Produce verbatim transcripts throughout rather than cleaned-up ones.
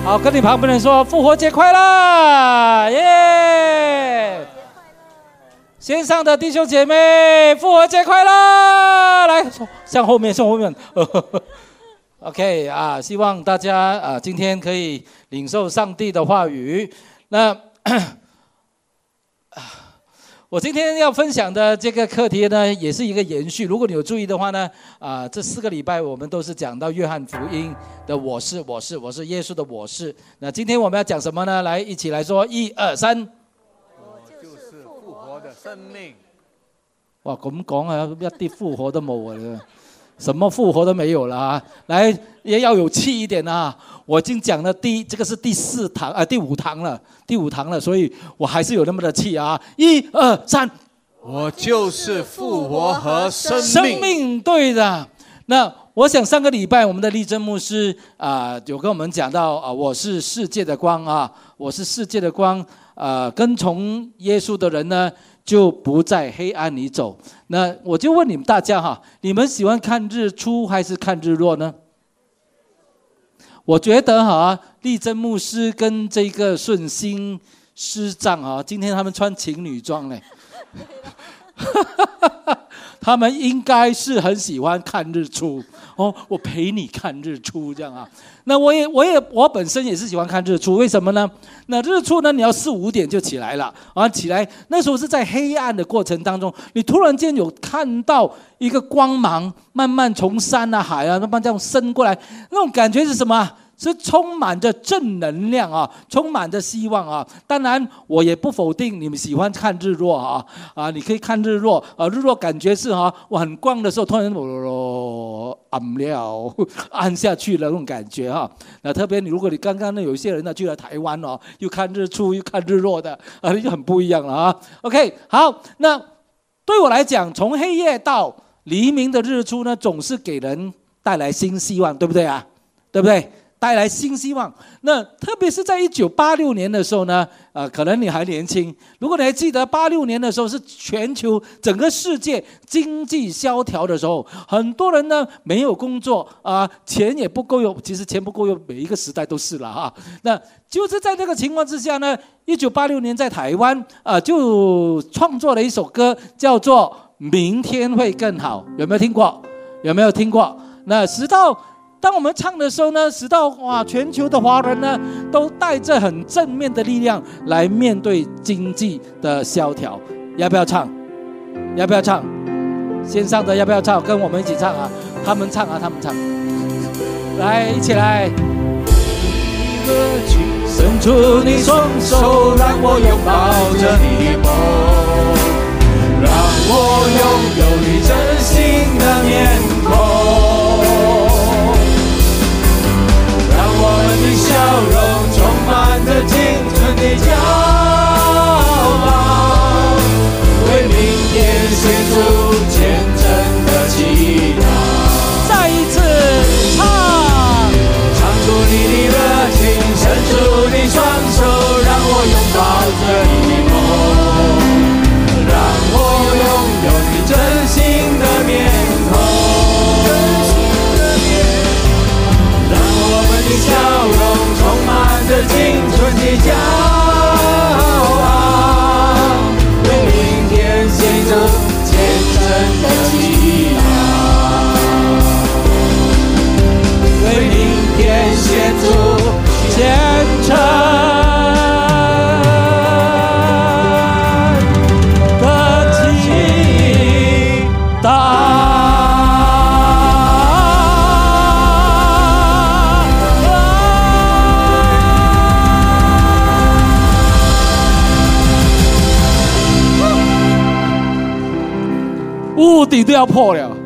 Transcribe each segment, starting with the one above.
好，跟你旁边人说复活节快乐，耶！线上的弟兄姐妹，复活节快乐！来，向后面，向后面。OK 啊，希望大家啊今天可以领受上帝的话语。那我今天要分享的这个课题呢，也是一个延续。如果你有注意的话呢，啊，这四个礼拜我们都是讲到约翰福音的我是我是我是耶稣的我是。那今天我们要讲什么呢？来，一起来说，一二三。 我就是复活的生命。 哇，咁講啊，一啲復活都冇啊，什麼復活都沒有了啊！來，也要有氣一點啊！我已經講了第這個是第四堂啊，第五堂了，第五堂了，所以我還是有那麼的氣啊！一二三， 我就是復活和生命。 生命，對的。那我想上個禮拜我們的立正牧師啊、呃，有跟我們講到啊，我是世界的光啊，我是世界的光啊、呃，跟從耶穌的人呢，就不在黑暗里走。那我就問你們大家哈，你們喜歡看日出還是看日落呢？我覺得哈，立正牧師跟這個順心師長啊，今天他們穿情侶裝嘞，他們應該是很喜歡看日出哦。我陪你看日出這樣啊。那我也我也我本身也是喜歡看日出，為什麼呢？那日出呢，你要四五點就起來了啊，起來那時候是在黑暗的過程當中，你突然間有看到一個光芒慢慢從山啊海啊慢慢這樣升過來，那種感覺是什麼？是充滿着正能量啊，充滿着希望啊。當然我也不否定你們喜歡看日落啊，啊你可以看日落啊，日落感覺是啊，我很光的時候突然哦暗了暗下去了那種感覺啊。那特別你如果你剛剛呢有一些人呢去了台灣哦，又看日出又看日落的啊，就很不一樣了啊。OK 好，那對我來講，從黑夜到黎明的日出呢，總是給人帶來新希望，對不對啊？對不對？帶來新希望。那特別是在一九八六年的時候呢，呃，可能你還年輕，如果你還記得八六年的時候是全球整個世界經濟蕭條的時候，很多人呢沒有工作啊、呃，錢也不夠用，其實錢不夠用，每一個時代都是了哈。那就是在這個情況之下呢，一九八六年在台灣啊、呃、就創作了一首歌，叫做《明天會更好》，有沒有聽過？有沒有聽過？那直到當我們唱的時候呢，使到哇，全球的華人呢，都帶着很正面的力量來面對經濟的蕭條。要不要唱？要不要唱？線上的要不要唱？跟我們一起唱啊！他們唱啊，他們唱。來，一起來。伸出你雙手，讓我擁抱着你的夢，讓我擁有你真心的面孔。我們的笑容充滿着青春的驕傲，為明天獻出虔誠的祈禱。再一次唱，唱出你的熱情，伸出你雙手，讓我擁抱着你的夢，讓我擁有你真心的面孔。笑容充滿着青春的驕傲，為明天獻出虔誠的祈禱，為明天獻出虔誠的祈禱。屋頂都要破了，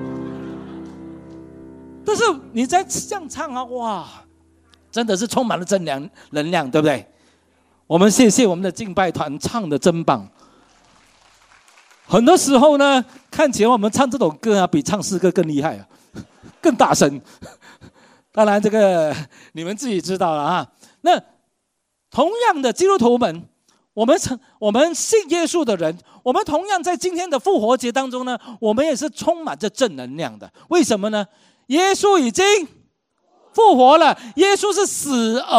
但是你在這樣唱啊，哇，真的是充滿了正能能量，對不對？我們謝謝我們的敬拜團唱得真棒。很多時候呢，看起來我們唱這種歌啊，比唱詩歌更厲害啊，更大聲。當然，這個你們自己知道了啊。那同樣的基督徒們，我們我們信耶穌的人，我們同樣在今天的復活節當中呢，我們也是充滿着正能量的。為什麼呢？耶穌已經復活了，耶穌是死而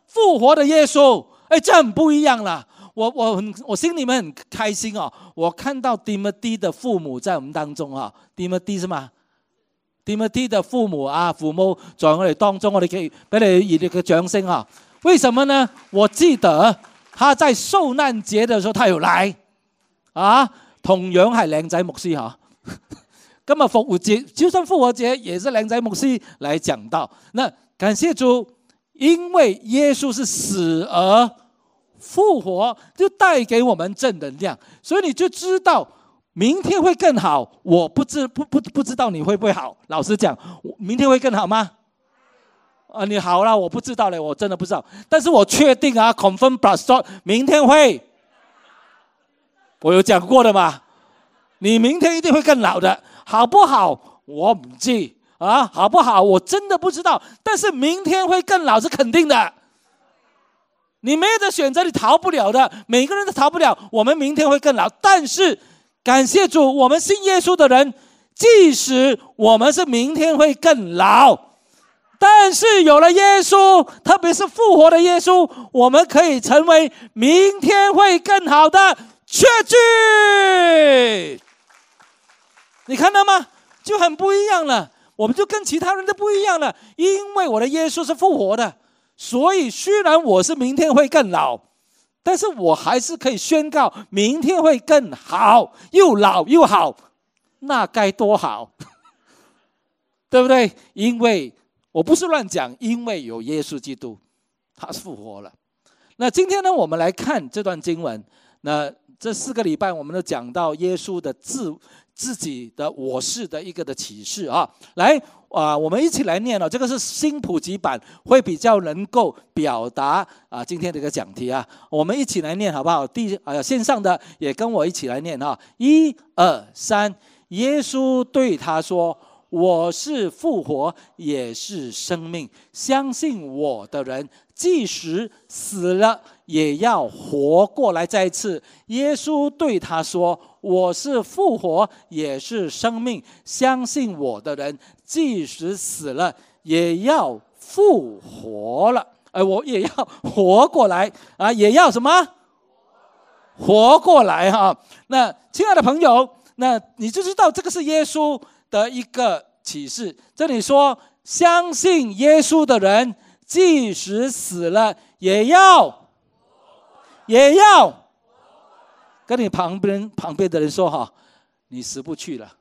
复活的耶稣，哎，这很不一样了。我我很我心里面很开心哦，我看到 Timothy 的父母在我们当中啊 ，Timothy 是吗 ？Timothy 的父母啊，父母在我哋當中，我哋給俾你熱烈嘅掌聲啊！為什麼呢？我記得他在受難節的時候，他有來啊，同樣係靚仔牧師嚇。今日復活節，就算復活節也是靚仔牧師來講道。那感謝主，因為耶穌是死而復活，就帶給我們正能量，所以你就知道明天會更好。我不知不不不知道你會不會好。老實講，明天會更好嗎？啊，你好了，我不知道嘞，我真的不知道。但是我確定啊 ，confirm plus 明天會，我有講過的嘛。你明天一定會更好的，好不好？我唔知啊，好不好？我真的不知道。但是明天會更好是肯定的。你沒有的選擇，你逃不了的，每個人都逃不了。我們明天會更好，但是感謝主，我們信耶穌的人，即使我們是明天會更老，但是有了耶穌，特別是復活的耶穌，我們可以成為明天會更好的確據。你看到嗎？就很不一樣了，我們就跟其他人都不一樣了，因為我的耶穌是復活的，所以雖然我是明天會更老，但是我還是可以宣告明天會更好，又老又好，那該多好，對不對？因為我不是亂講，因為有耶穌基督，他是復活了。那今天呢，我們來看這段經文。那這四個禮拜，我們都講到耶穌的自自己的我是的一個的啟示啊。來啊，我們一起來念了，這個是新普及版，會比較能夠表達啊今天這個講題啊。我們一起來念好不好？第啊線上的也跟我一起來念啊，一二三。耶穌對他說：我是復活，也是生命。相信我的人，即使死了，也要活過來。再一次，耶穌對他說：我是復活，也是生命。相信我的人，即使死了，也要復活了。哎，我也要活過來啊！也要什麼？活過來哈、啊！那親愛的朋友，那你就知道這個是耶穌的一個啟示。這裡說，相信耶穌的人，即使死了，也要，也要，跟你旁邊旁邊的人說哈，你死不去了，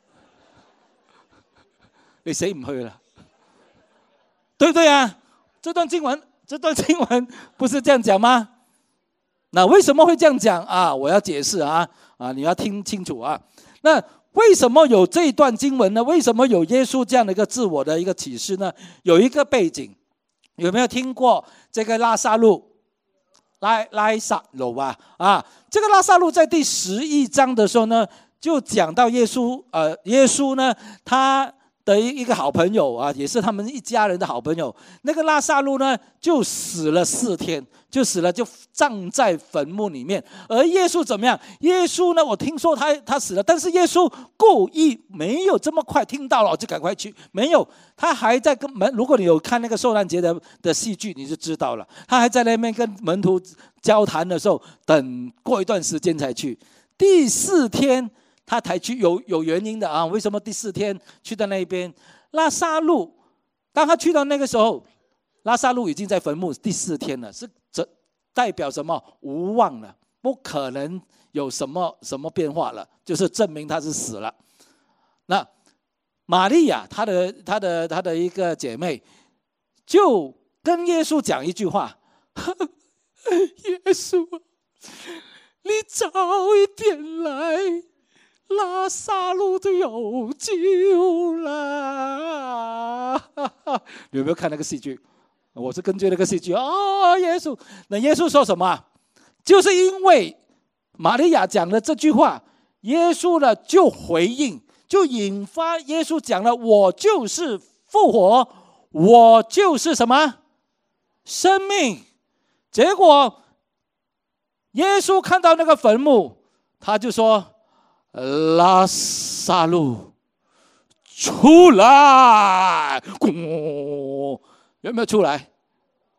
你死唔去了，對不對啊？這段經文，這段經文不是這樣講嗎？那為什麼會這樣講啊？我要解釋啊，啊，你要聽清楚啊。那為什麼有這一段經文呢？為什麼有耶穌這樣的一個自我的一個啟示呢？有一個背景，有沒有聽過這個拉撒路？拉拉撒路啊，啊，這個拉撒路在第十一章的時候呢，就講到耶穌，呃，耶穌呢，他的一個好朋友啊，也是他們一家人的好朋友。那個拉撒路呢，就死了四天，就死了，就葬在墳墓裡面。而耶穌怎麼樣？耶穌呢，我聽說他他死了，但是耶穌故意沒有這麼快聽到了就趕快去，沒有，他還在跟門。如果你有看那個受難節的的戲劇，你就知道了，他還在那邊跟門徒交談的時候，等過一段時間才去。第四天。他才去，有有原因的啊！為什麼第四天去到那邊？拉撒路，當他去到那個時候，拉撒路已經在墳墓第四天了，是這代表什麼？無望了，不可能有什麼什麼變化了，就是證明他是死了。那瑪利亞，她的她的她的一個姐妹，就跟耶穌講一句話：耶穌，你早一點來。拉撒路都有救了，你有沒有看那個戲劇？我是根據那個戲劇哦，耶穌，那耶穌說什麼？就是因為瑪利亞講了這句話，耶穌呢就回應，就引發耶穌講了：我就是復活，我就是什麼生命。結果耶穌看到那個墳墓，他就說。拉撒路出來，有沒有出來？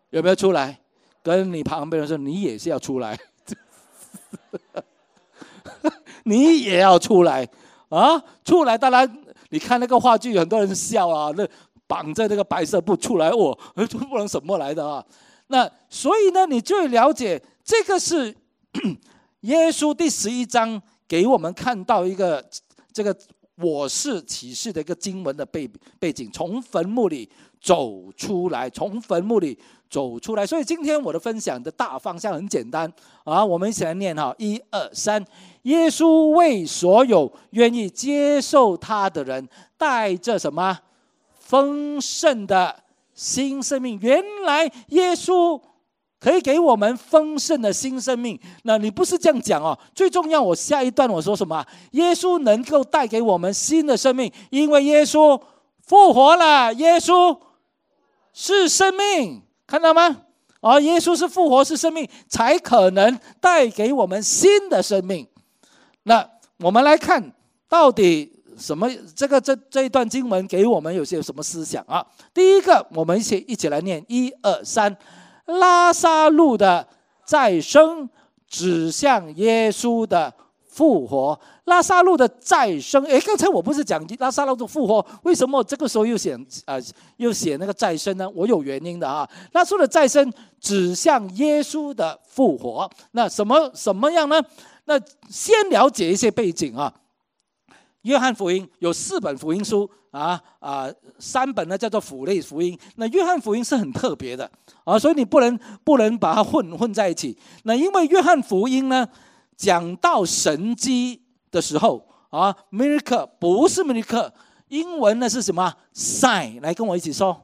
有没有出来？跟你旁边人说，你也是要出来，你也要出来啊！出来，当然你看那个话剧，很多人笑啊，那绑着那个白色布出来，哦，不能什么来的啊？那所以呢，你就会了解，这个是耶稣第十一章给我们看到一个这个我是启示的一个经文的背背景，从坟墓里走出来，从坟墓里走出来。所以今天我的分享的大方向很简单啊，我们一起来念哈，一二三。耶稣为所有愿意接受他的人带着什么丰盛的新生命。原来耶稣可以给我们丰盛的新生命。那你不是这样讲哦，最重要，我下一段我说什么？耶稣能够带给我们新的生命，因为耶稣复活了，耶稣是生命，看到吗？哦，耶稣是复活是生命，才可能带给我们新的生命。那我们来看到底什么？这个这这一段经文给我们有些什么思想啊？第一个，我们一起一起来念，一二三。拉撒路的再生指向耶稣的复活。拉撒路的再生，诶，刚才我不是讲拉撒路的复活，为什么这个时候又写呃又写那个再生呢？我有原因的啊。拉撒路的再生指向耶稣的复活。那什么什么样呢？那先了解一些背景啊。约翰福音有四本福音书啊啊，三本呢叫做符类福音。那约翰福音是很特别的啊，所以你不能不能把它混混在一起。那因为约翰福音呢讲到神迹的时候啊 ，miracle 不是 miracle， 英文呢是什么 ？sign， 来跟我一起说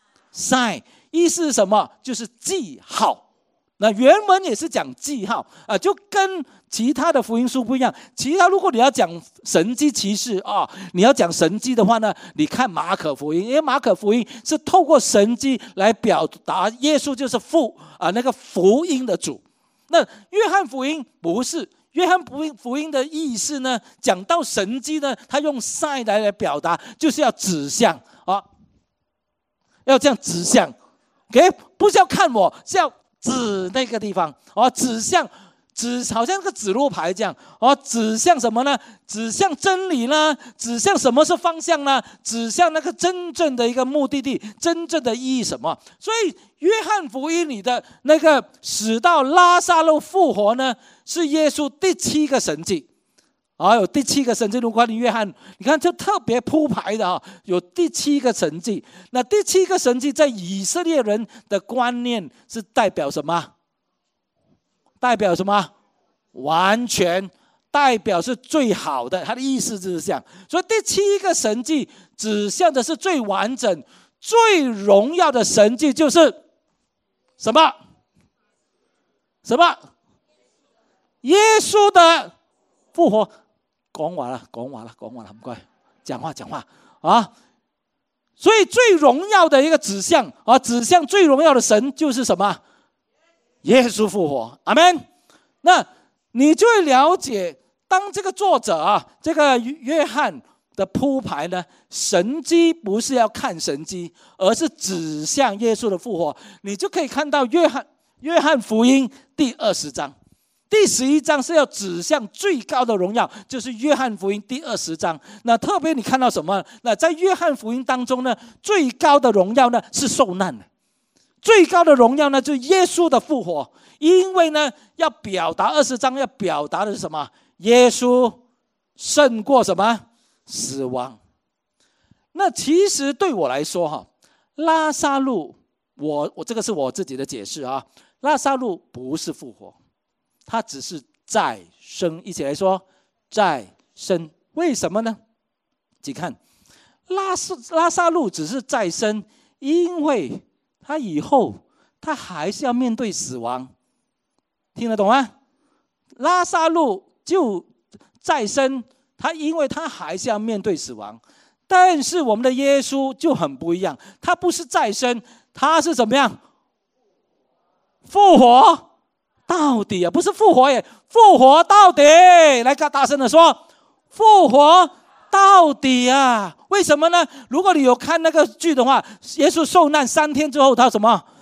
，sign 意思是什么？就是记号。那原文也是讲记号啊，就跟其他的福音书不一样。其他如果你要讲神迹奇事啊，你要讲神迹的话呢，你看马可福音，因为马可福音是透过神迹来表达耶稣就是福啊那个福音的主。那约翰福音不是，约翰福音福音的意思呢，讲到神迹呢，他用 sign 来来表达，就是要指向啊，要这样指向 ，OK， 不是要看我，是要指那个地方哦，指向指好像个指路牌这样哦，指向什么呢？指向真理呢？指向什么是方向呢？指向那个真正的一个目的地，真正的意义什么？所以约翰福音里的那个使到拉撒路复活呢，是耶稣第七个神迹。啊、哦，有第七个神迹。如果你约翰，你看就特别铺排的啊，有第七个神迹。那第七个神迹在以色列人的观念是代表什么？代表什么？完全，代表是最好的。它的意思就是这样。所以第七个神迹指向的是最完整、最荣耀的神迹，就是什么？什么？耶稣的复活。讲完了，讲完了，讲完了，不该讲话讲话啊！所以最荣耀的一个指向啊，指向最荣耀的神就是什么？耶稣复活，阿们。那你就会了解，当这个作者啊，这个约翰的铺排呢，神迹不是要看神迹，而是指向耶稣的复活。你就可以看到约翰约翰福音第二十章。第十一章是要指向最高的荣耀，就是约翰福音第二十章。那特别你看到什么？那在约翰福音当中呢，最高的荣耀呢是受难的，最高的荣耀呢就是耶稣的复活。因为呢，要表达二十章要表达的是什么？耶稣胜过什么？死亡。那其实对我来说哈，拉撒路，我我这个是我自己的解释啊，拉撒路不是复活。他只是再生，一起来说再生。为什么呢？请看拉撒拉撒路只是再生，因为他以后他还是要面对死亡，听得懂吗？拉撒路就再生，他因为他还是要面对死亡。但是我们的耶稣就很不一样，他不是再生，他是怎么样？复活。到底啊，不是复活耶，复活到底！来，大声的说，复活到底啊！为什么呢？如果你有看那个剧的话，耶稣受难三天之后，他什么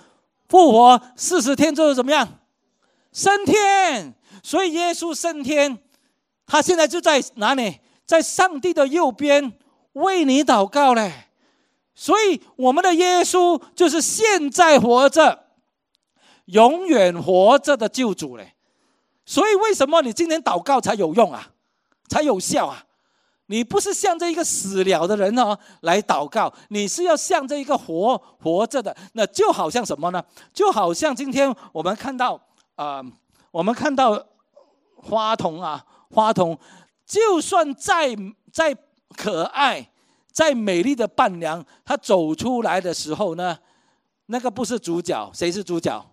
复活四十天之后怎么样？升天。所以耶稣升天，他现在就在哪里？在上帝的右边为你祷告嘞。所以我们的耶稣就是现在活着，永远活着的救主嘞。所以为什么你今天祷告才有用啊，才有效啊？你不是向着一个死了的人哦来祷告，你是要向着一个活活着的。那就好像什么呢？就好像今天我们看到，呃，我们看到花童啊，花童，就算再再可爱、再美丽的伴娘，她走出来的时候呢，那个不是主角，谁是主角？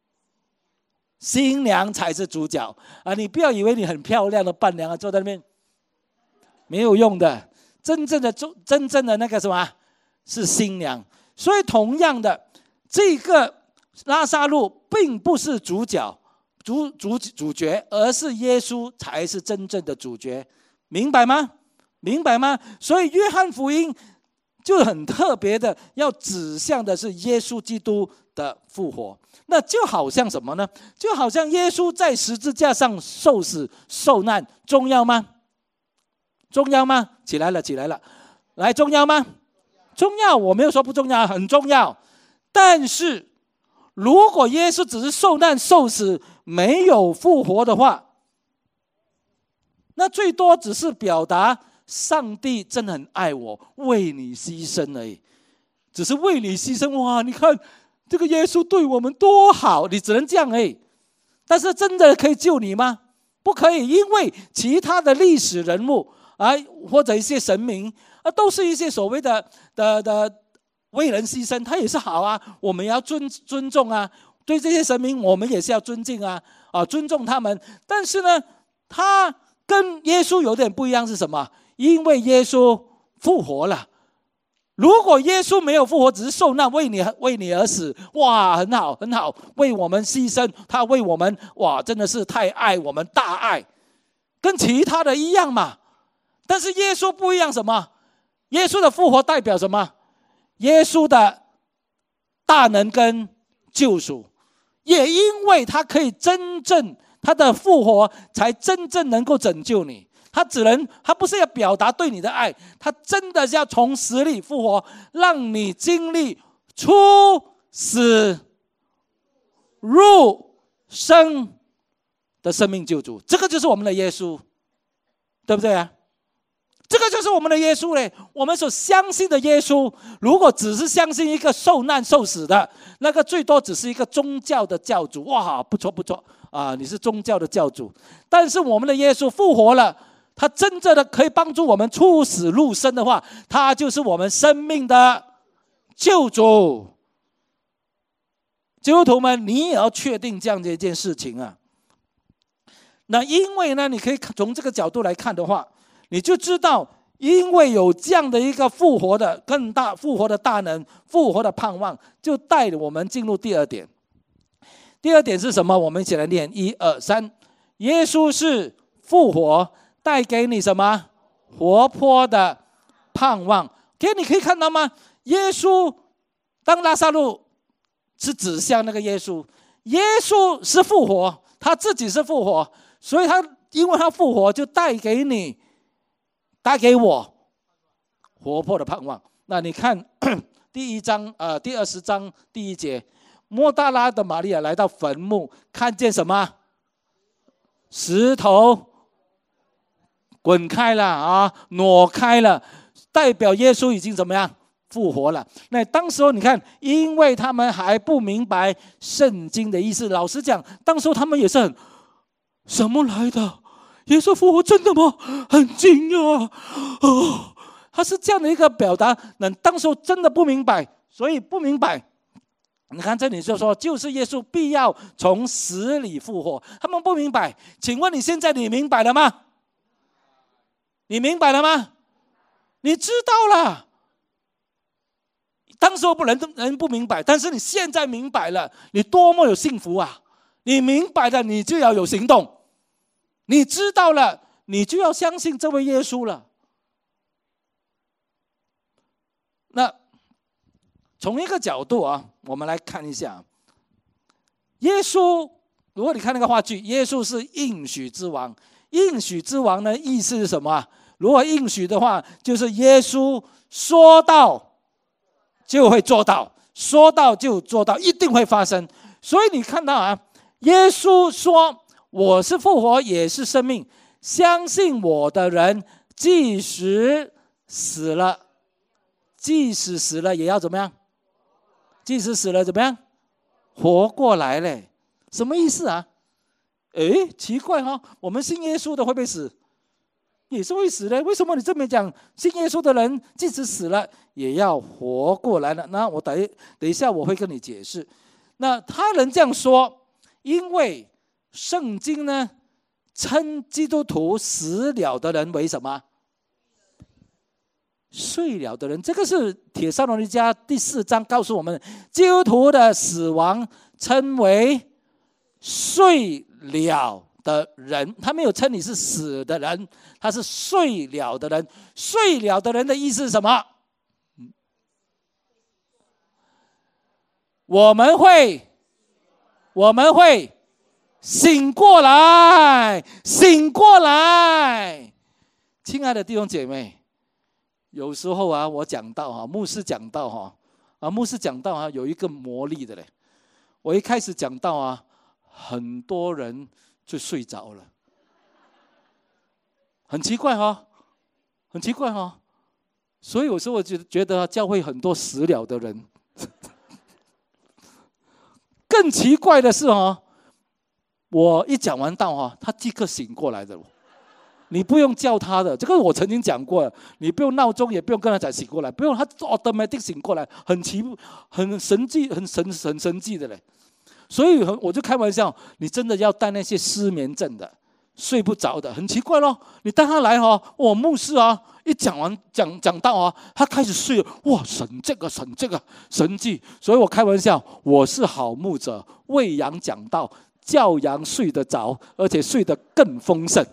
新娘才是主角啊！你不要以为你很漂亮的伴娘啊，坐在那边没有用的。真正的真正的那个什么是新娘。所以同样的，这个拉撒路并不是主角、主主主角，而是耶稣才是真正的主角，明白吗？明白吗？所以约翰福音就很特别的，要指向的是耶稣基督的复活。那就好像什么呢？就好像耶稣在十字架上受死受难，重要吗？重要吗？起来了，起来了，来，重要吗？重要，我没有说不重要，很重要。但是如果耶稣只是受难受死，没有复活的话，那最多只是表达上帝真的很爱我，为你牺牲而已，只是为你牺牲。哇，你看这个耶稣对我们多好，你只能这样而已。但是真的可以救你吗？不可以，因为其他的历史人物啊，或者一些神明啊，都是一些所谓的的的为人牺牲，他也是好啊，我们也要尊尊重啊，对这些神明我们也是要尊敬啊，啊，尊重他们。但是呢，他跟耶稣有点不一样，是什么？因为耶稣复活了。如果耶稣没有复活，只是受难为你为你而死，哇，很好很好，为我们牺牲，他为我们，哇，真的是太爱我们，大爱，跟其他的一样嘛。但是耶稣不一样，什么？耶稣的复活代表什么？耶稣的大能跟救赎，也因为他可以真正，他的复活才真正能够拯救你。他只能，他不是要表达对你的爱，他真的是要从死里复活，让你经历出死入生的生命救主。这个就是我们的耶稣，对不对啊？这个就是我们的耶稣嘞。我们所相信的耶稣，如果只是相信一个受难受死的，那个最多只是一个宗教的教主。哇，不错不错啊，你是宗教的教主。但是我们的耶稣复活了，他真正的可以帮助我们出死入生的话，他就是我们生命的救主。基督徒们，你也要确定这样的一件事情啊。那因为呢，你可以从这个角度来看的话，你就知道，因为有这样的一个复活的更大复活的大能，复活的盼望，就带我们进入第二点。第二点是什么？我们一起来念，一二三。耶稣是复活，带给你什么？活泼的盼望。给你可以看到吗？耶稣当拉撒路是指向那个耶稣，耶稣是复活，他自己是复活，所以他因为他复活，就带给你。带给我活泼的盼望。那你看第一章，呃，第二十章第一节，抹大拉的玛利亚来到坟墓，看见什么？石头滚开了啊，挪开了，代表耶稣已经怎么样？复活了。那当时候你看，因为他们还不明白圣经的意思，老实讲，当时候他们也是很什么来的？耶稣复活真的吗？很惊讶哦，他是这样的一个表达。那当时真的不明白，所以不明白。你看这里就说，就是耶稣必要从死里复活，他们不明白。请问你现在你明白了吗？你明白了吗？你知道了。当时不人人不明白，但是你现在明白了，你多么有幸福啊！你明白了，你就要有行动。你知道了，你就要相信这位耶稣了。那从一个角度啊，我们来看一下， 耶稣，如果你看那个话剧，耶稣是应许之王。应许之王呢，意思是什么？如果应许的话，就是耶稣说到就会做到，说到就做到，一定会发生。所以你看到啊，耶稣说：“我是复活，也是生命。相信我的人，即使死了，即使死了也要怎么样？即使死了怎么样？活过来嘞。”什么意思啊？诶，奇怪哦，我们信耶稣的会不会死？也是会死的。为什么你这么讲？信耶稣的人即使死了也要活过来了？那我等一等一下我会跟你解释。那他人这样说，因为圣经呢称基督徒死了的人为什么？睡了的人。这个是帖撒罗尼迦第四章告诉我们，基督徒的死亡称为睡了的人。他没有称你是死的人，他是睡了的人。睡了的人的意思是什么？我们会我们会醒过来，醒过来。亲爱的弟兄姐妹，有时候啊，我讲到哈，牧师讲到哈，啊，牧师讲到啊，有一个魔力的嘞。我一开始讲到啊，很多人就睡着了，很奇怪哈，很奇怪哈。所以有时候我觉得觉得教会很多死了的人。更奇怪的是哦，我一讲完道哦，他立刻醒过来的。你不用叫他的，这个我曾经讲过了，你不用闹钟，也不用跟他讲醒过来，不用，他 automatic 醒过来，很奇很神迹，很神很神迹的嘞。所以我就开玩笑，你真的要带那些失眠症的、睡不着的，很奇怪咯。你带他来哦，我牧师啊，一讲完讲讲到啊，他开始睡了，哇，神这个神这个神迹。所以我开玩笑，我是好牧者，喂羊讲道，叫羊睡得着，而且睡得更丰盛。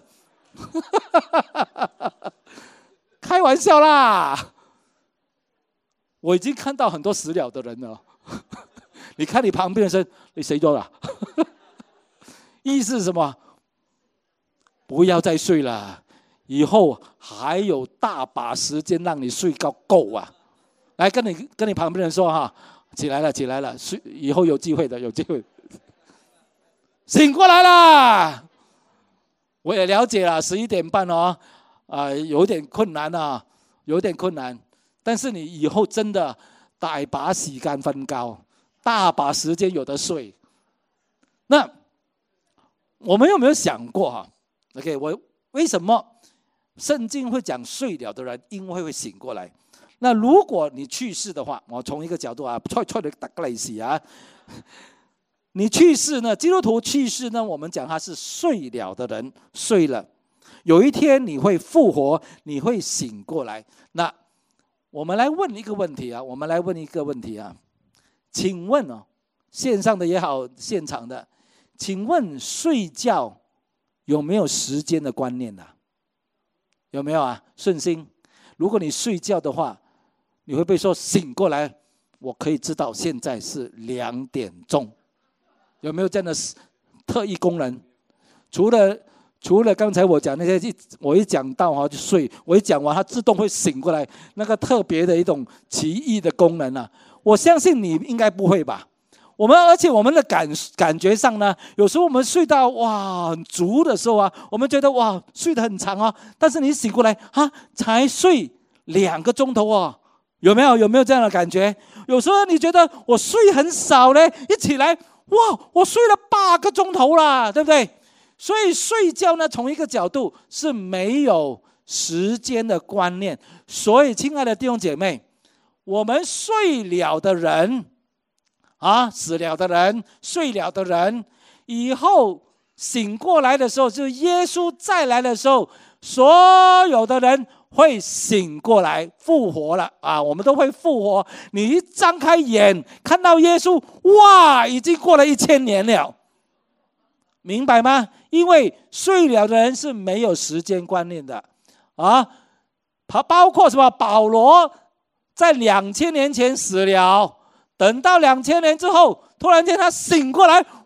开玩笑啦，我已经看到很多死了的人了。你看你旁边的人，你死咗啦？意思是什么？不要再睡了，以后还有大把时间让你睡到够啊！来，跟你跟你旁边人说哈，起来了，起来了，睡，以后有机会的，有机会，醒过来啦！我也了解了，十一点半哦，啊、呃，有点困难啊，有点困难。但是你以后真的大把時間瞓覺，大把時間有得睡。那我們有沒有想過哈 ？OK， 我為什麼聖經會講睡了的人因為會醒過來？那如果你去世的話，我從一個角度啊，出出嚟打個例子啊。你去世呢？基督徒去世呢？我們講他是睡了的人，睡了。有一天你會復活，你會醒過來。那我們來問一個問題啊，我們來問一個問題啊，請問哦，線上的也好，現場的，請問睡覺有沒有時間的觀念啊？有沒有啊？順心，如果你睡覺的話，你會不會說醒過來，我可以知道現在是兩點鐘？有沒有這樣的特異功能？除了除了剛才我講那些，我一講到哈就睡，我一講完它自動會醒過來，那個特別的一種奇異的功能啊！我相信你應該不會吧？我們而且我們的感感覺上呢，有時候我們睡到哇很足的時候啊，我們覺得哇睡得很長啊，但是你醒過來啊，才睡兩個鐘頭哦，有沒有有沒有這樣的感覺？有時候你覺得我睡很少呢，一起來。哇，我睡了八個鐘頭啦，對不對？所以睡覺呢，從一個角度是沒有時間的觀念。所以，親愛的弟兄姐妹，我們睡了的人啊，死了的人，睡了的人，以後醒過來的時候，就是耶穌再來的時候，所有的人會醒過來復活了啊！我們都會復活。你一張開眼看到耶穌，哇，已經過了一千年了，明白嗎？因為睡了的人是沒有時間觀念的啊，包括什麼？保羅在兩千年前死了，等到兩千年之後，突然間他醒過來，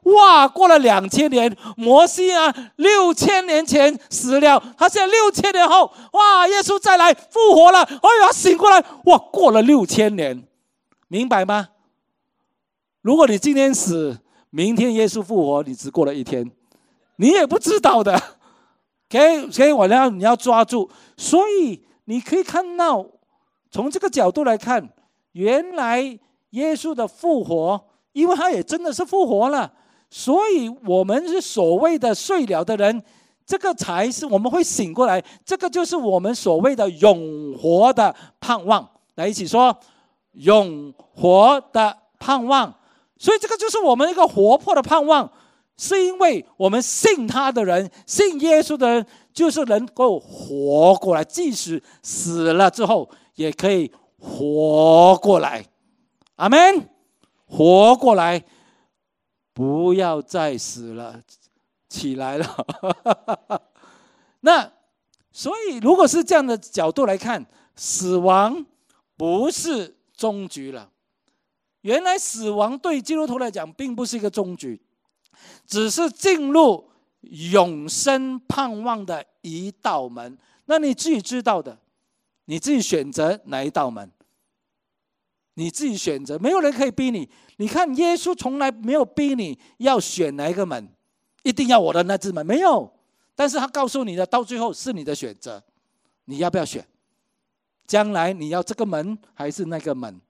哇，过了两千年，摩西啊，六千年前死了，他现在六千年后，哇，耶稣再来复活了，哎呀，醒过来，哇，过了六千年，明白吗？如果你今天死，明天耶稣复活，你只过了一天，你也不知道的。OK， 所以我要你要抓住，所以你可以看到，从这个角度来看，原来耶稣的复活，因为他也真的是复活了，所以我们是所谓的睡了的人，这个才是我们会醒过来，这个就是我们所谓的永活的盼望。来一起说，永活的盼望。所以这个就是我们一个活泼的盼望。是因为我们信他的人，信耶稣的人，就是能够活过来，即使死了之后也可以活过来。阿们，活过来，不要再死了，起来了。那所以如果是这样的角度来看，死亡不是终局了。原来死亡对基督徒来讲并不是一个终局，只是进入永生盼望的一道门。那你自己知道的，你自己选择哪一道门，你自己选择，没有人可以逼你。你看耶稣从来没有逼你要选哪一个门，一定要我的那只门，没有。但是他告诉你的，到最后是你的选择，你要不要选？将来你要这个门还是那个门？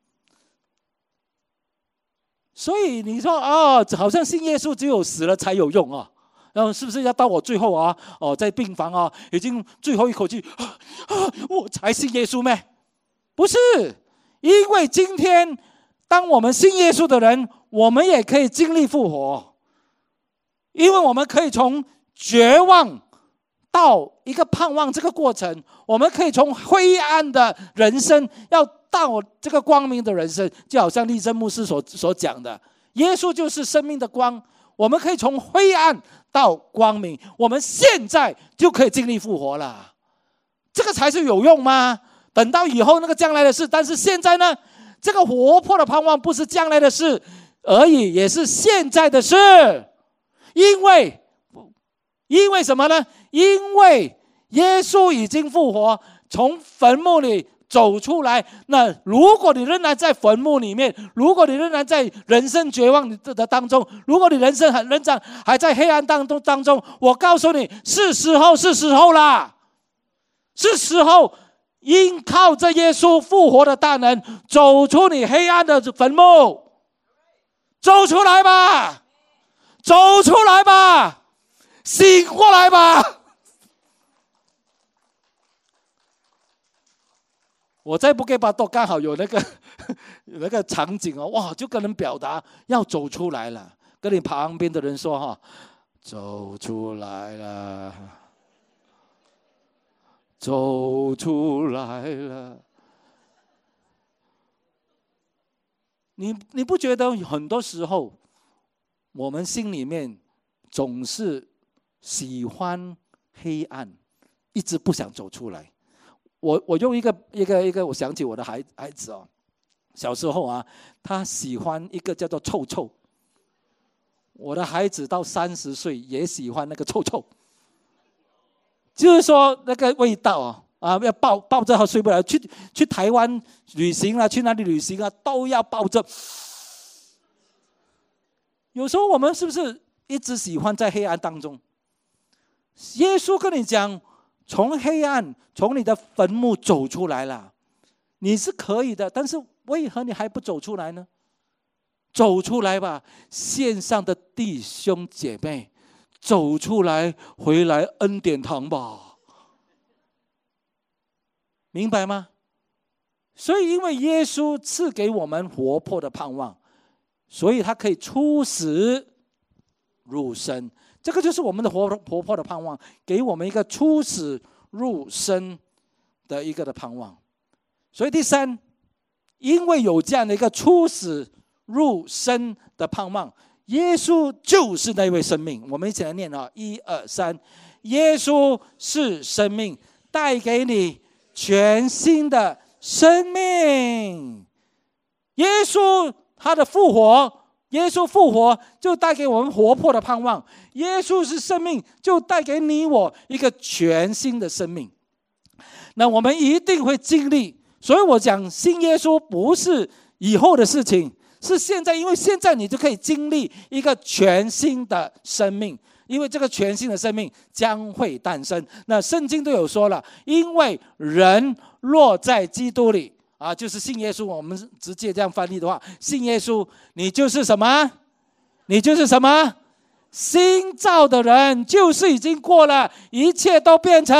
所以你说哦，好像信耶稣只有死了才有用啊，然后是不是要到我最后啊？哦，在病房啊，已经最后一口气啊啊，我才信耶稣咩？不是，因为今天当我们信耶稣的人，我们也可以经历复活，因为我们可以从绝望到一个盼望这个过程，我们可以从灰暗的人生要到这个光明的人生，就好像立正牧师 所, 所讲的，耶稣就是生命的光，我们可以从灰暗到光明，我们现在就可以经历复活了。这个才是有用吗？等到以后那个将来的事，但是现在呢，这个活泼的盼望不是将来的事而已，也是现在的事。因为因为什么呢？因为耶稣已经复活，从坟墓里走出来。那如果你仍然在坟墓里面，如果你仍然在人生绝望的当中，如果你人生很仍然还在黑暗当中当中，我告诉你，是时候，是时候啦，是时候因靠着耶稣复活的大能，走出你黑暗的坟墓，走出来吧，走出来吧，醒过来吧。我在布吉巴多刚好有那个有那个场景哦，哇，就跟人表达要走出来了，跟你旁边的人说哈，走出来了，走出来了。你你不觉得很多时候我们心里面总是喜欢黑暗，一直不想走出来？我我用一个一个一个，我想起我的孩孩子哦，小时候啊，他喜欢一个叫做臭臭。我的孩子到三十岁也喜欢那个臭臭，就是说那个味道啊，啊要抱抱着他睡不了。去去台湾旅行啊，去哪里旅行啊，都要抱着。有时候我们是不是一直喜欢在黑暗当中？耶稣跟你讲，从黑暗，从你的坟墓走出来了，你是可以的，但是为何你还不走出来呢？走出来吧，线上的弟兄姐妹，走出来，回来恩典堂吧，明白吗？所以因为耶稣赐给我们活泼的盼望，所以他可以出死入生。这个就是我们的活活泼的盼望，给我们一个出死入生的一个的盼望。所以第三，因为有这样的一个出死入生的盼望，耶稣就是那位生命。我们一起来念啊，一二三，耶稣是生命，带给你全新的生命。耶稣他的复活耶稣复活就带给我们活泼的盼望，耶稣是生命，就带给你我一个全新的生命。那我们一定会经历，所以我讲信耶稣不是以后的事情，是现在，因为现在你就可以经历一个全新的生命，因为这个全新的生命将会诞生。那圣经都有说了，因为人落在基督里啊，就是信耶稣，我们直接这样翻译的话，信耶稣，你就是什么？你就是什么？新造的人，就是已经过了，一切都变成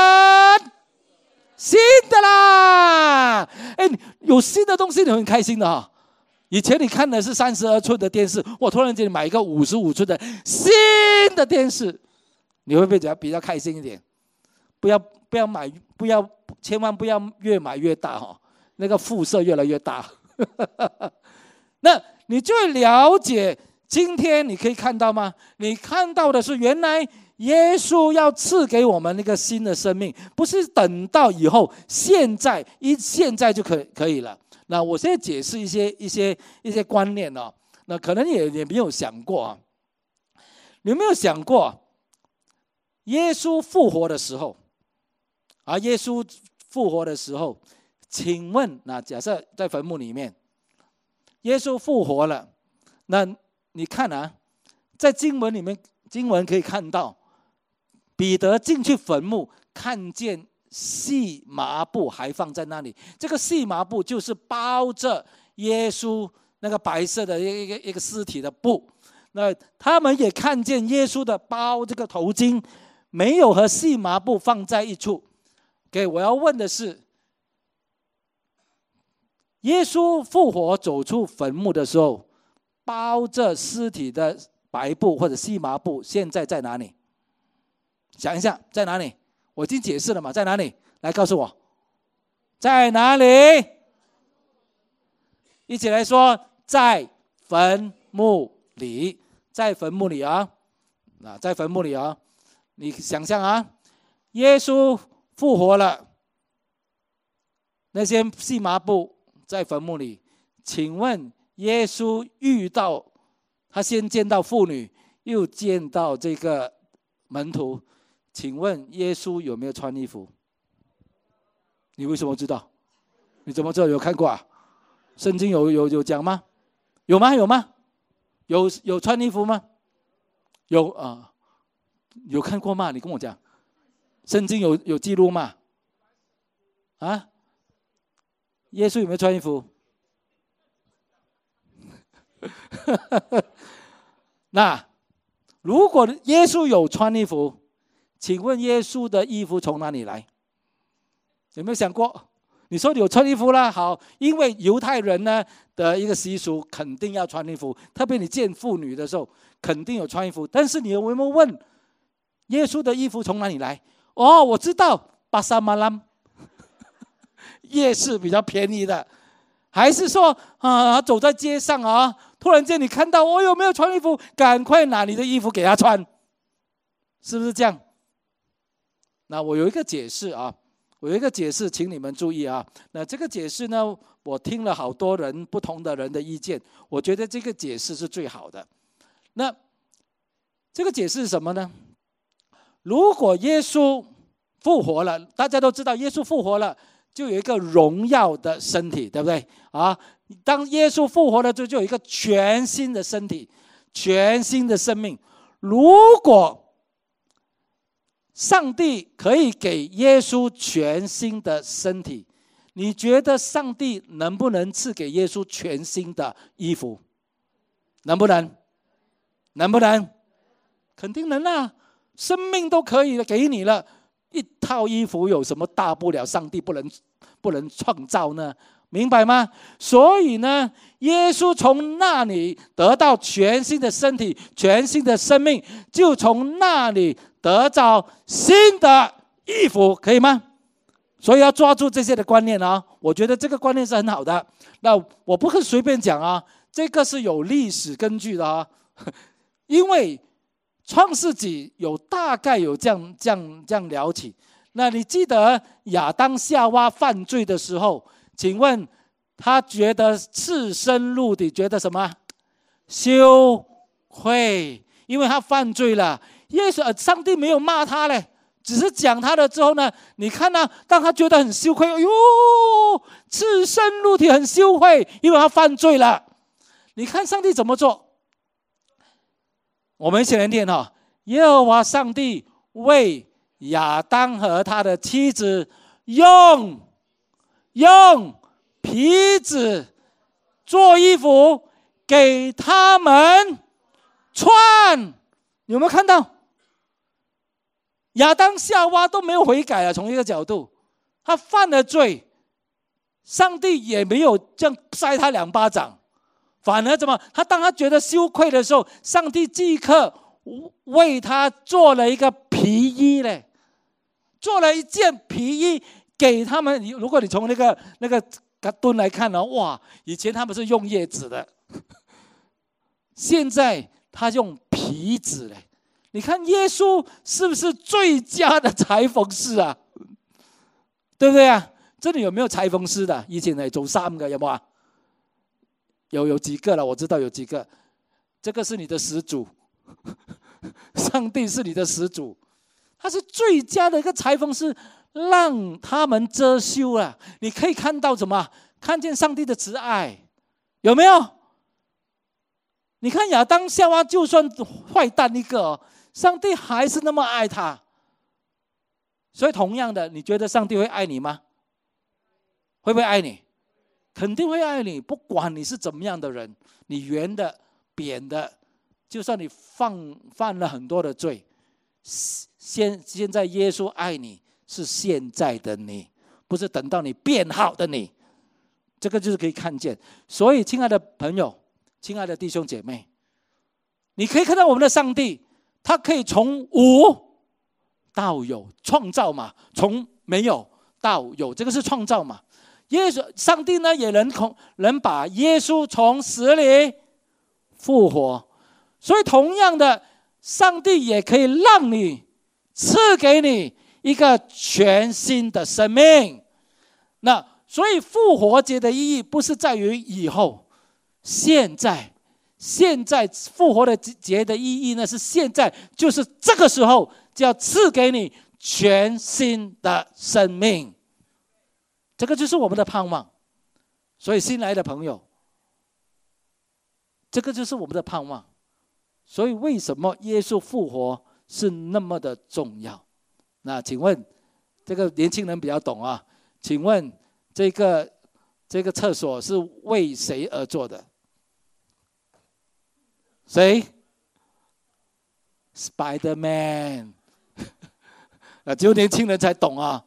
新的啦！哎，有新的东西，你很开心的哈、哦。以前你看的是三十二寸的电视，我突然间买一个五十五寸的新的电视，你会不会比较比较开心一点？不要不要买，不要千万不要越买越大哈、哦，那个辐射越来越大。那你就会了解，今天你可以看到吗？你看到的是原来耶稣要赐给我们那个新的生命，不是等到以后，现在一现在就可以可以了。那我现在解释一些一些一些观念哦，那可能也也没有想过啊。你有没有想过，耶稣复活的时候，啊，耶稣复活的时候，请问，那假设在坟墓里面，耶稣复活了，那你看啊，在经文里面，经文可以看到，彼得进去坟墓，看见细麻布还放在那里，这个细麻布就是包着耶稣那个白色的一个一个尸体的布。那他们也看见耶稣的包这个头巾没有和细麻布放在一处。OK， 我要问的是，耶稣复活走出坟墓的时候，包着尸体的白布或者细麻布现在在哪里？想一下，在哪里？我已经解释了嘛，在哪里？来告诉我，在哪里？一起来说，在坟墓里，在坟墓里啊，啊，在坟墓里啊，你想象啊，耶稣复活了，那些细麻布在坟墓里，请问耶稣遇到他先见到妇女，又见到这个门徒。请问耶稣有没有穿衣服？你为什么知道？你怎么知道？有看过啊？圣经有有有讲吗？有吗？有吗？有有穿衣服吗？有啊、呃，有看过吗？你跟我讲，圣经有有记录吗？啊？耶稣有没有穿衣服？那如果耶稣有穿衣服，请问耶稣的衣服从哪里来？有没有想过？你说有穿衣服啦，好，因为犹太人呢的一个习俗，肯定要穿衣服，特别你见妇女的时候，肯定有穿衣服。但是你有没有问，耶稣的衣服从哪里来？哦，我知道，巴沙马兰夜市比较便宜的，还是说啊，走在街上啊，突然间你看到我、哦、有没有穿衣服，赶快拿你的衣服给他穿，是不是这样？那我有一个解释啊，我有一个解释，请你们注意啊。那这个解释呢，我听了好多人不同的人的意见，我觉得这个解释是最好的。那这个解释是什么呢？如果耶稣复活了，大家都知道耶稣复活了，就有一个荣耀的身体，对不对啊？当耶稣复活了之后，就有一个全新的身体，全新的生命。如果上帝可以给耶稣全新的身体，你觉得上帝能不能赐给耶稣全新的衣服？能不能？能不能？肯定能啊！生命都可以给你了，一套衣服有什么大不了？上帝不能不能创造呢？明白吗？所以呢，耶稣从那里得到全新的身体，全新的生命，就从那里得到新的衣服，可以吗？所以要抓住这些的观念啊，我觉得这个观念是很好的。那我不会随便讲啊，这个是有历史根据的啊，因为创世纪有大概有这样这样这样聊起。那你记得亚当夏娃犯罪的时候，请问他觉得赤身露体，觉得什么？ 羞愧，因为他犯罪了。耶稣，呃，上帝没有骂他嘞，只是讲他了之后呢，你看呢、啊，当他觉得很羞愧，哎呦，赤身露体很羞愧，因为他犯罪了。你看上帝怎么做？我们一起来念哈、哦，耶和华上帝为亚当和他的妻子用用皮子做衣服给他们穿。有没有看到？亚当夏娃都没有悔改啊，从一个角度，他犯了罪，上帝也没有这样扇他两巴掌，反而怎么？他当他觉得羞愧的时候，上帝即刻为他做了一个皮衣嘞，做了一件皮衣给他们。如果你从那个那个墩来看呢，哇，以前他们是用叶子的，现在他用皮子嘞。你看耶稣是不是最佳的裁缝师啊？对不对啊？这里有没有裁缝师的？以前係做衫嘅有冇啊？有有几个了，我知道有几个。这个是你的始祖，上帝是你的始祖，他是最佳的一个裁缝师，让他们遮羞了。你可以看到什么？看见上帝的慈爱，有没有？你看亚当夏娃就算坏蛋一个，上帝还是那么爱他。所以同样的，你觉得上帝会爱你吗？会不会爱你？肯定会爱你，不管你是怎么样的人，你圆的扁的，就算你犯犯了很多的罪，现现在耶稣爱你是现在的你，不是等到你变好的你。这个就是可以看见。所以亲爱的朋友，亲爱的弟兄姐妹，你可以看到我们的上帝，他可以从无到有，创造嘛，从没有到有，这个是创造嘛。耶稣，上帝呢也能能把耶稣从死里复活，所以同样的，上帝也可以让你赐给你一个全新的生命。那所以复活节的意义不是在于以后，现在，现在复活的节的意义呢是现在，就是这个时候就要赐给你全新的生命。这个就是我们的盼望。所以新来的朋友，这个就是我们的盼望。所以为什么耶稣复活是那么的重要？那请问这个年轻人比较懂啊，请问这个这个厕所是为谁而做的？谁？ Spider-Man 只有年轻人才懂啊，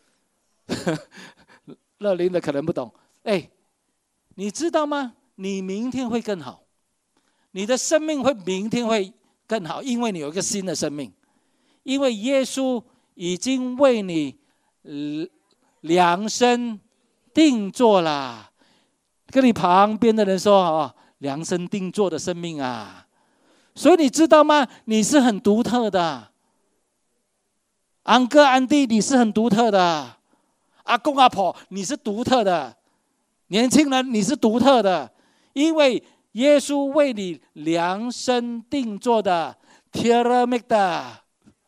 乐龄的可能不懂。哎，你知道吗？你明天会更好，你的生命会明天会更好，因为你有一个新的生命，因为耶稣已经为你量身定做了。跟你旁边的人说啊，量身定做的生命啊，所以你知道吗？你是很独特的，安哥安弟你是很独特的，阿公阿婆你是独特的，年轻人你是独特的，因为耶稣为你量身定做的 tailor made 的。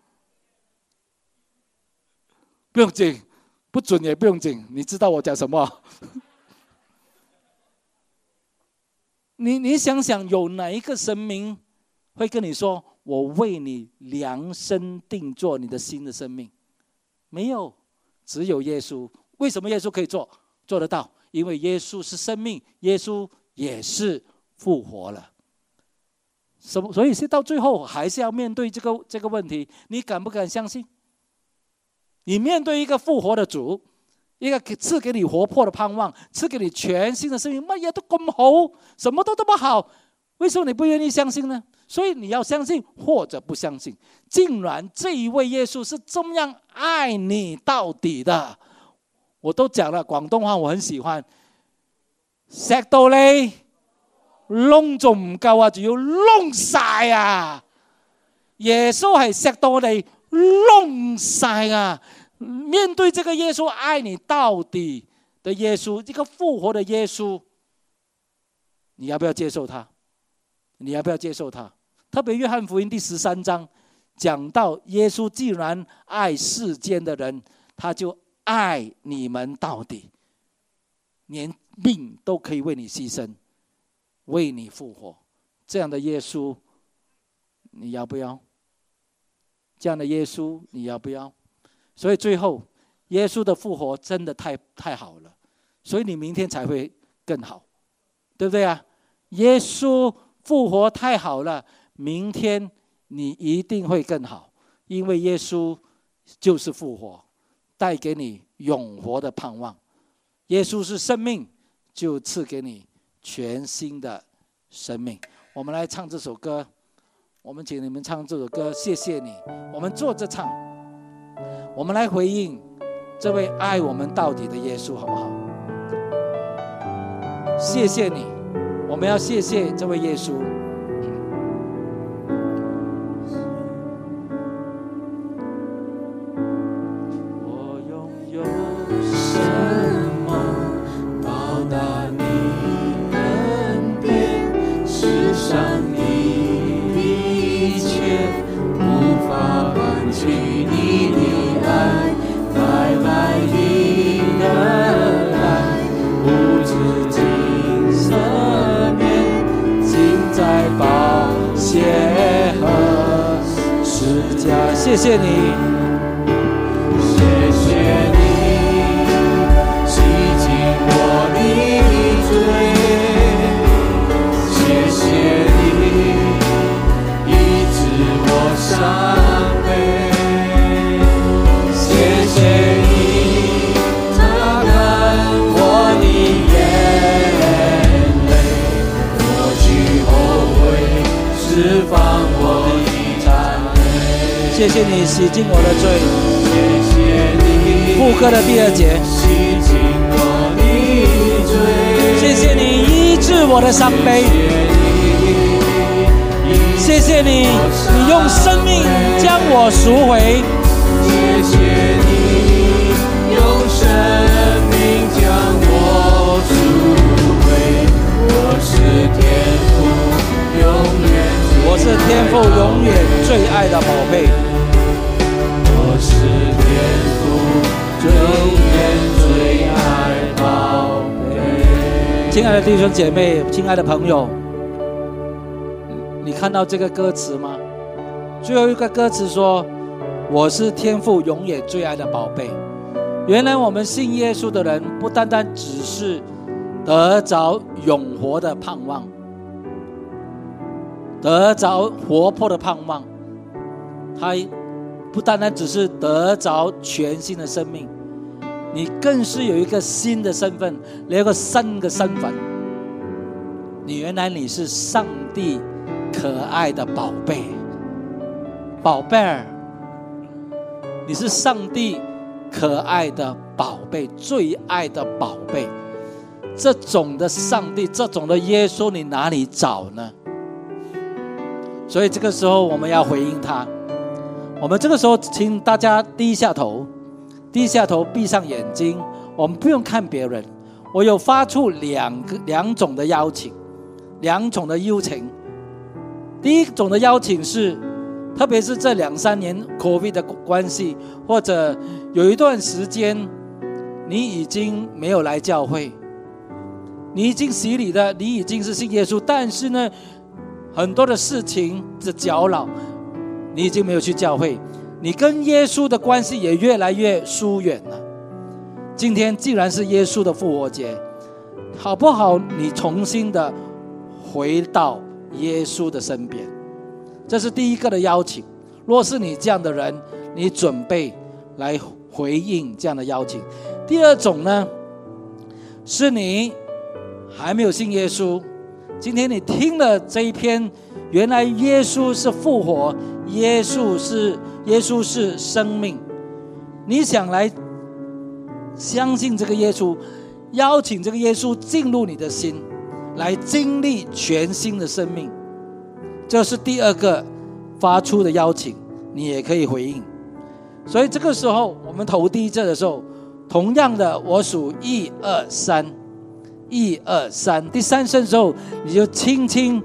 不用紧，不准也不用紧，你知道我讲什么？你你想想，有哪一个神明会跟你说我为你量身定做你的新的生命？没有，只有耶稣。为什么耶稣可以做做得到？因为耶稣是生命，耶稣也是复活了。所以是到最后还是要面对这个这个问题，你敢不敢相信？你面对一个复活的主，一个赐给你活泼的盼望，赐给你全新的生命，乜嘢都咁好，什么都这么好，为什么你不愿意相信呢？所以你要相信或者不相信。竟然这一位耶稣是这么样爱你到底的。我都讲了广东话，我很喜欢，錫到你窿仲唔夠啊，仲要窿晒啊！耶穌係錫到你窿晒啊！面對這個耶穌愛你到底的耶穌，這個復活的耶穌，你要不要接受他？ 你要不要接受他？特别约翰福音第十三章讲到，耶稣既然爱世间的人，他就爱你们到底，连命都可以为你牺牲，为你复活。这样的耶稣你要不要？这样的耶稣你要不要？所以最后耶稣的复活真的太太好了，所以你明天才会更好，对不对啊？耶稣复活太好了，明天你一定会更好，因为耶稣就是复活，带给你永活的盼望。耶稣是生命，就赐给你全新的生命。我们来唱这首歌，我们请你们唱这首歌，谢谢你。我们坐着唱，我们来回应这位爱我们到底的耶稣，好不好？谢谢你，我们要谢谢这位耶稣。我拥有什么报答你恩典？世上一切无法换取你的爱，白白的来，无止境赦免，尽在宝血和十架。谢谢你，谢谢你洗净我的罪，谢谢你医治我伤悲，谢谢你擦干我的眼泪，抹去后悔，释放我的赞美。谢谢你洗净我的罪，谢谢你副歌的第二节，洗净我的罪，谢谢你医治我的伤悲，谢谢你，你用生命将我赎回，谢谢你用生命将我赎回，我是天父永远我是天父永远最爱的宝贝，我是天父永远最爱宝贝。亲爱的弟兄姐妹，亲爱的朋友，你看到这个歌词吗？最后一个歌词说，我是天父永远最爱的宝贝。原来我们信耶稣的人，不单单只是得着永活的盼望，得着活泼的盼望，他不单单只是得着全新的生命，你更是有一个新的身份，有一个新的身份。你原来你是上帝可爱的宝贝，宝贝儿，你是上帝可爱的宝贝，最爱的宝贝。这种的上帝，这种的耶稣，你哪里找呢？所以这个时候我们要回应他。我们这个时候请大家低下头，低下头，闭上眼睛。我们不用看别人。我有发出两个两种的邀请，两种的邀请。第一种的邀请是，特别是这两三年 COVID 的关系，或者有一段时间你已经没有来教会，你已经洗礼了，你已经是信耶稣，但是呢，很多的事情的搅扰，你已经没有去教会，你跟耶稣的关系也越来越疏远了。今天既然是耶稣的复活节，好不好你重新的回到耶稣的身边？这是第一个的邀请。若是你这样的人，你准备来回应这样的邀请。第二种呢，是你还没有信耶稣，今天你听了这一篇，原来耶稣是复活，耶稣是耶稣是生命，你想来相信这个耶稣，邀请这个耶稣进入你的心，来经历全新的生命。这是第二个发出的邀请，你也可以回应。所以这个时候我们投第一阵的时候，同样的我数一二三，一二三，第三声的时候你就轻轻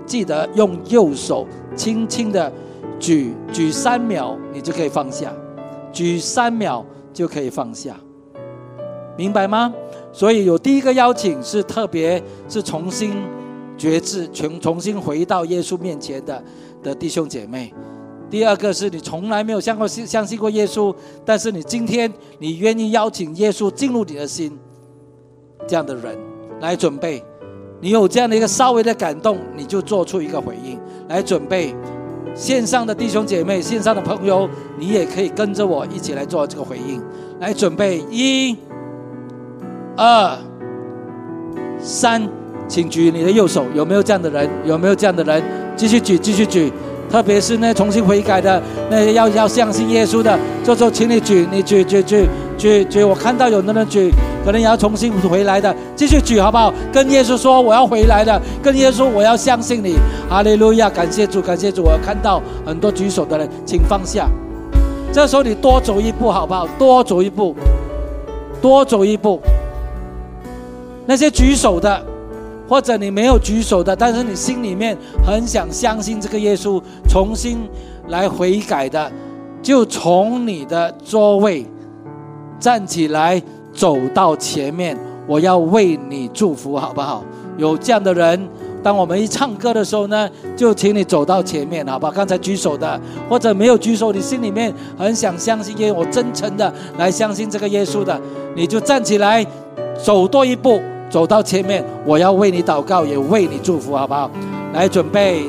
记得用右手轻轻的举，举三秒你就可以放下，举三秒就可以放下，明白吗？所以有第一个邀请是特别是重新觉知，重新回到耶稣面前的的弟兄姐妹。第二个是你从来没有相过相信过耶稣，但是你今天你愿意邀请耶稣进入你的心，这样的人来准备。你有这样的一个稍微的感动，你就做出一个回应来准备。线上的弟兄姐妹，线上的朋友，你也可以跟着我一起来做这个回应，来准备一、二、三，请举你的右手。有没有这样的人？有没有这样的人？继续举，继续举。特别是那重新悔改的，那要要相信耶稣的，就说请你举，你举举举举举。我看到有的人举，可能也要重新回来的，继续举好不好？跟耶稣说我要回来的，跟耶稣我要相信你。哈利路亚，感谢主，感谢主。我看到很多举手的人，请放下。这时候你多走一步好不好？多走一步，多走一步。那些举手的，或者你没有举手的，但是你心里面很想相信这个耶稣，重新来悔改的，就从你的座位站起来，走到前面，我要为你祝福，好不好？有这样的人，当我们一唱歌的时候呢，就请你走到前面，好不好？刚才举手的，或者没有举手，你心里面很想相信耶稣，我真诚的来相信这个耶稣的，你就站起来，走多一步，走到前面，我要为你祷告，也为你祝福，好不好？来准备，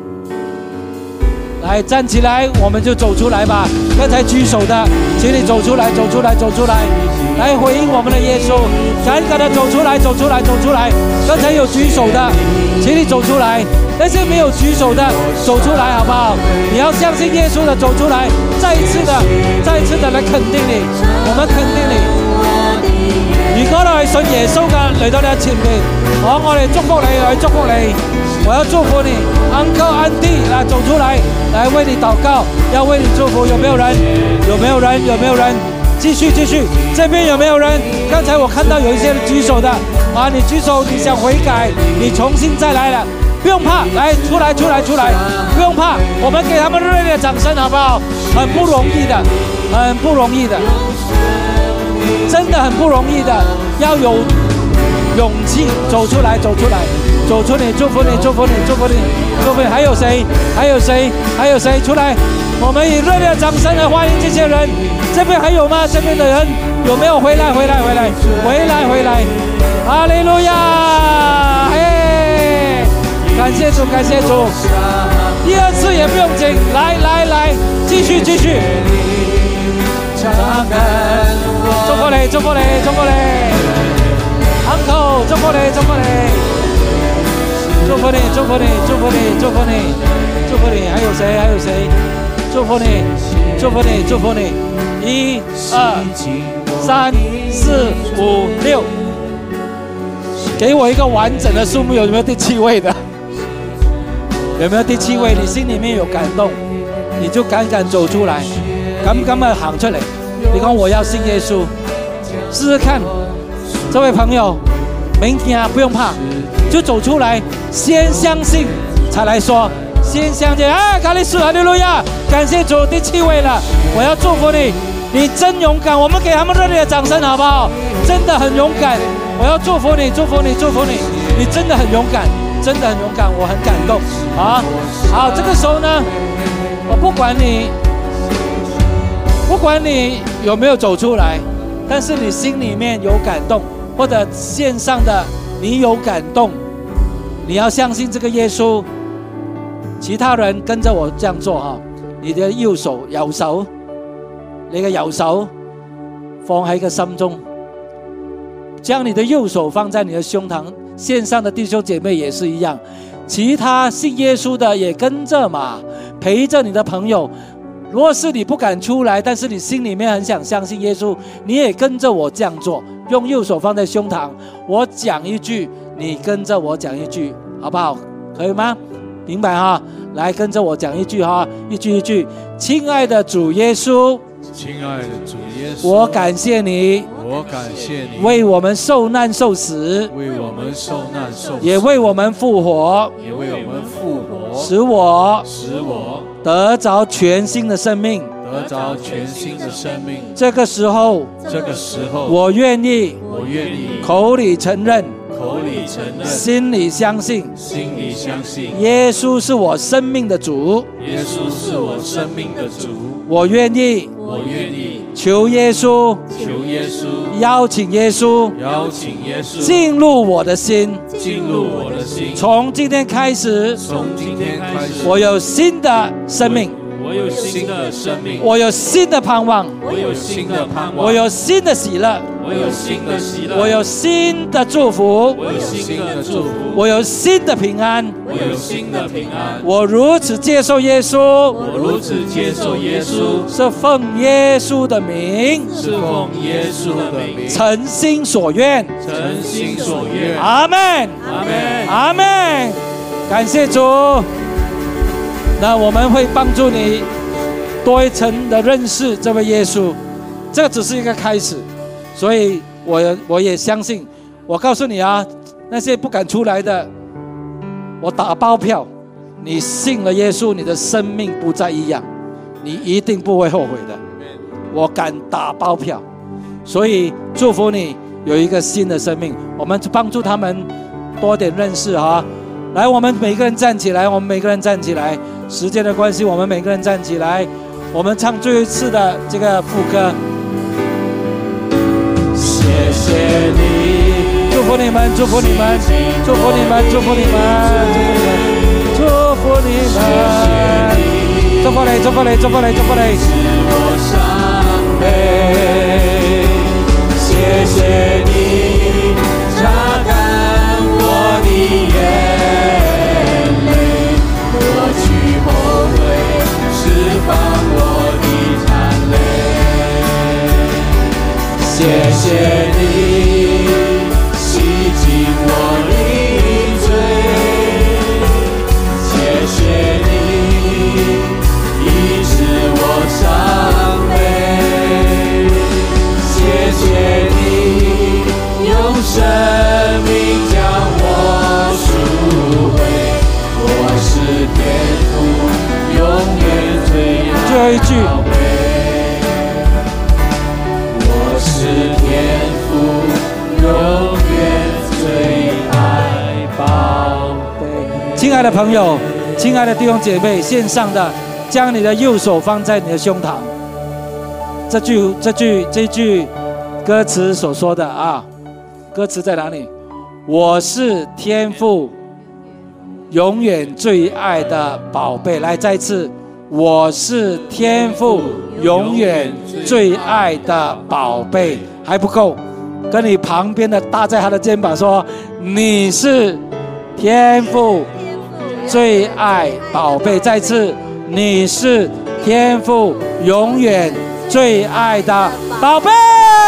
来站起来，我们就走出来吧。刚才举手的，请你走出来，走出来，走出来，来回应我们的耶稣，敢敢的走出来，走出来，走出来。刚才有举手的，请你走出来；但是没有举手的，走出来，好不好？你要相信耶稣的，走出来，再一次的，再一次的来肯定你，我们肯定你。如果你係信耶穌嘅，嚟到你前面，好，我哋祝福你，來祝福你，我要祝福你 ，Uncle Auntie， 來走出來，來為你禱告，要為你祝福。有沒有人？有沒有人？有沒有人？繼續繼續，這邊有沒有人？剛才我看到有一些人舉手的，啊，你舉手，你想悔改，你重新再來了，不用怕，來出來出來出來，不用怕，我們給他們熱烈的掌聲，好不好？很不容易的，很不容易的。真的很不容易的，要有勇气走出来，走出来，走出你，祝福你，祝福你，祝福你，祝福你。还有谁？还有谁？还有谁？出来！我们以热烈的掌声来欢迎这些人。这边还有吗？这边的人有没有回来？回来，回来，回来，回来！哈利路亚！嘿，感谢主，感谢主。第二次也不用紧，来来来，继续继续。祝福你，祝福你，祝福你 ，Uncle， 祝福你，祝福你，祝福你，祝福你，祝福你，祝福你，祝福你，还有谁？还有谁？祝福你，祝福你，祝福你，一、二、三、四、五、六，给我一个完整的数目，有没有第七位的？有没有第七位？你心里面有感动，你就敢敢走出来。敢不敢的行出嚟？你講我要信耶穌，試試看。這位朋友，明天不用怕，就走出來，先相信，才來說。先相信啊！卡利斯，哈利路亞！感謝主，第七位了，我要祝福你，你真勇敢。我們給他們熱烈的掌聲，好不好？真的很勇敢，我要祝福你，祝福你，祝福你，你真的很勇敢，真的很勇敢，我很感動啊！好，這個時候呢，我不管你。不管你有没有走出来，但是你心里面有感动，或者线上的你有感动，你要相信这个耶穌。其他人跟着我这样做哈，你的右手右手，你嘅右手放喺個心中，將你的右手放在你的胸膛。线上的弟兄姐妹也是一样，其他信耶穌的也跟着嘛，陪着你的朋友。如果是你不敢出来，但是你心里面很想相信耶穌，你也跟着我这样做，用右手放在胸膛，我讲一句，你跟着我讲一句，好不好？可以吗？明白哈？来跟着我讲一句哈，一句一句。亲爱的主耶稣， 亲爱的主耶稣， 我感谢你， 我感谢你， 为我们受难受死， 为我们受难受死， 也为我们复活， 也为我们复活。 使我使我得着全新的生命。 得着全新的生命。 这个时候， 这个时候， 我愿意我愿意口里承认， 口里承认， 心里相信， 心里相信， 耶稣是我生命的主。 耶稣是我生命的主。 我愿意我愿意求耶稣， 求耶稣， 邀请耶稣邀请耶稣进入我的心。 进入我的心。 从今天开始， 从今天开始， 我有新的生命， 我有新的生命， 我有新的盼望， 我有新的盼望， 我有新的喜乐， 我有新的喜乐， 我有新的祝福， 我有新的祝福， 我有新的平安， 我有新的平安。 我如此接受耶稣， 我如此接受耶稣， 是奉耶稣的名， 是奉耶稣的名， 诚心所愿， 诚心所愿。 阿们， 阿们， 阿们。感谢主。那我们会帮助你多一层的认识这位耶稣，这只是一个开始。所以我我也相信，我告诉你啊，那些不敢出来的，我打包票，你信了耶稣，你的生命不再一样，你一定不会后悔的，我敢打包票。所以祝福你有一个新的生命，我们帮助他们多点认识啊。来，我们每个人站起来，我们每个人站起来。时间的关系，我们每个人站起来，我们唱最后一次的这个副歌。谢谢你，祝福你们，祝福你们，祝福你们，祝福你们，祝福你们，祝福你，祝福你，祝福你，祝福你。谢谢你，擦干我的眼泪，抹去后悔，释放我的残泪。谢谢你，洗净我的罪，谢谢你，医治我伤悲，谢谢你，用生命将我赎回，我是天父永远最爱最后一句，我是天父永远最爱宝贝。亲爱的朋友，亲爱的弟兄姐妹，线上的，将你的右手放在你的胸膛。这句这句这句歌词所说的啊，歌词在哪里？我是天父永远最爱的宝贝。来，再一次，我是天父永远最爱的宝贝。还不够，跟你旁边的搭在他的肩膀说，你是天父最爱宝贝。再次，你是天父永远最爱的宝贝。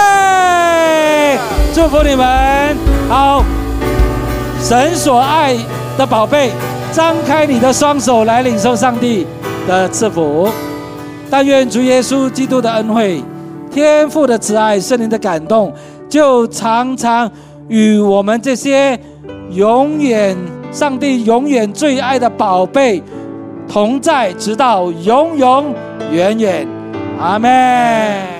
祝福你们。好，神所爱的宝贝，张开你的双手来领受上帝的赐福。但愿主耶稣基督的恩惠、天父的慈爱、圣灵的感动，就常常与我们这些永远上帝永远最爱的宝贝同在，直到永永远远。阿们。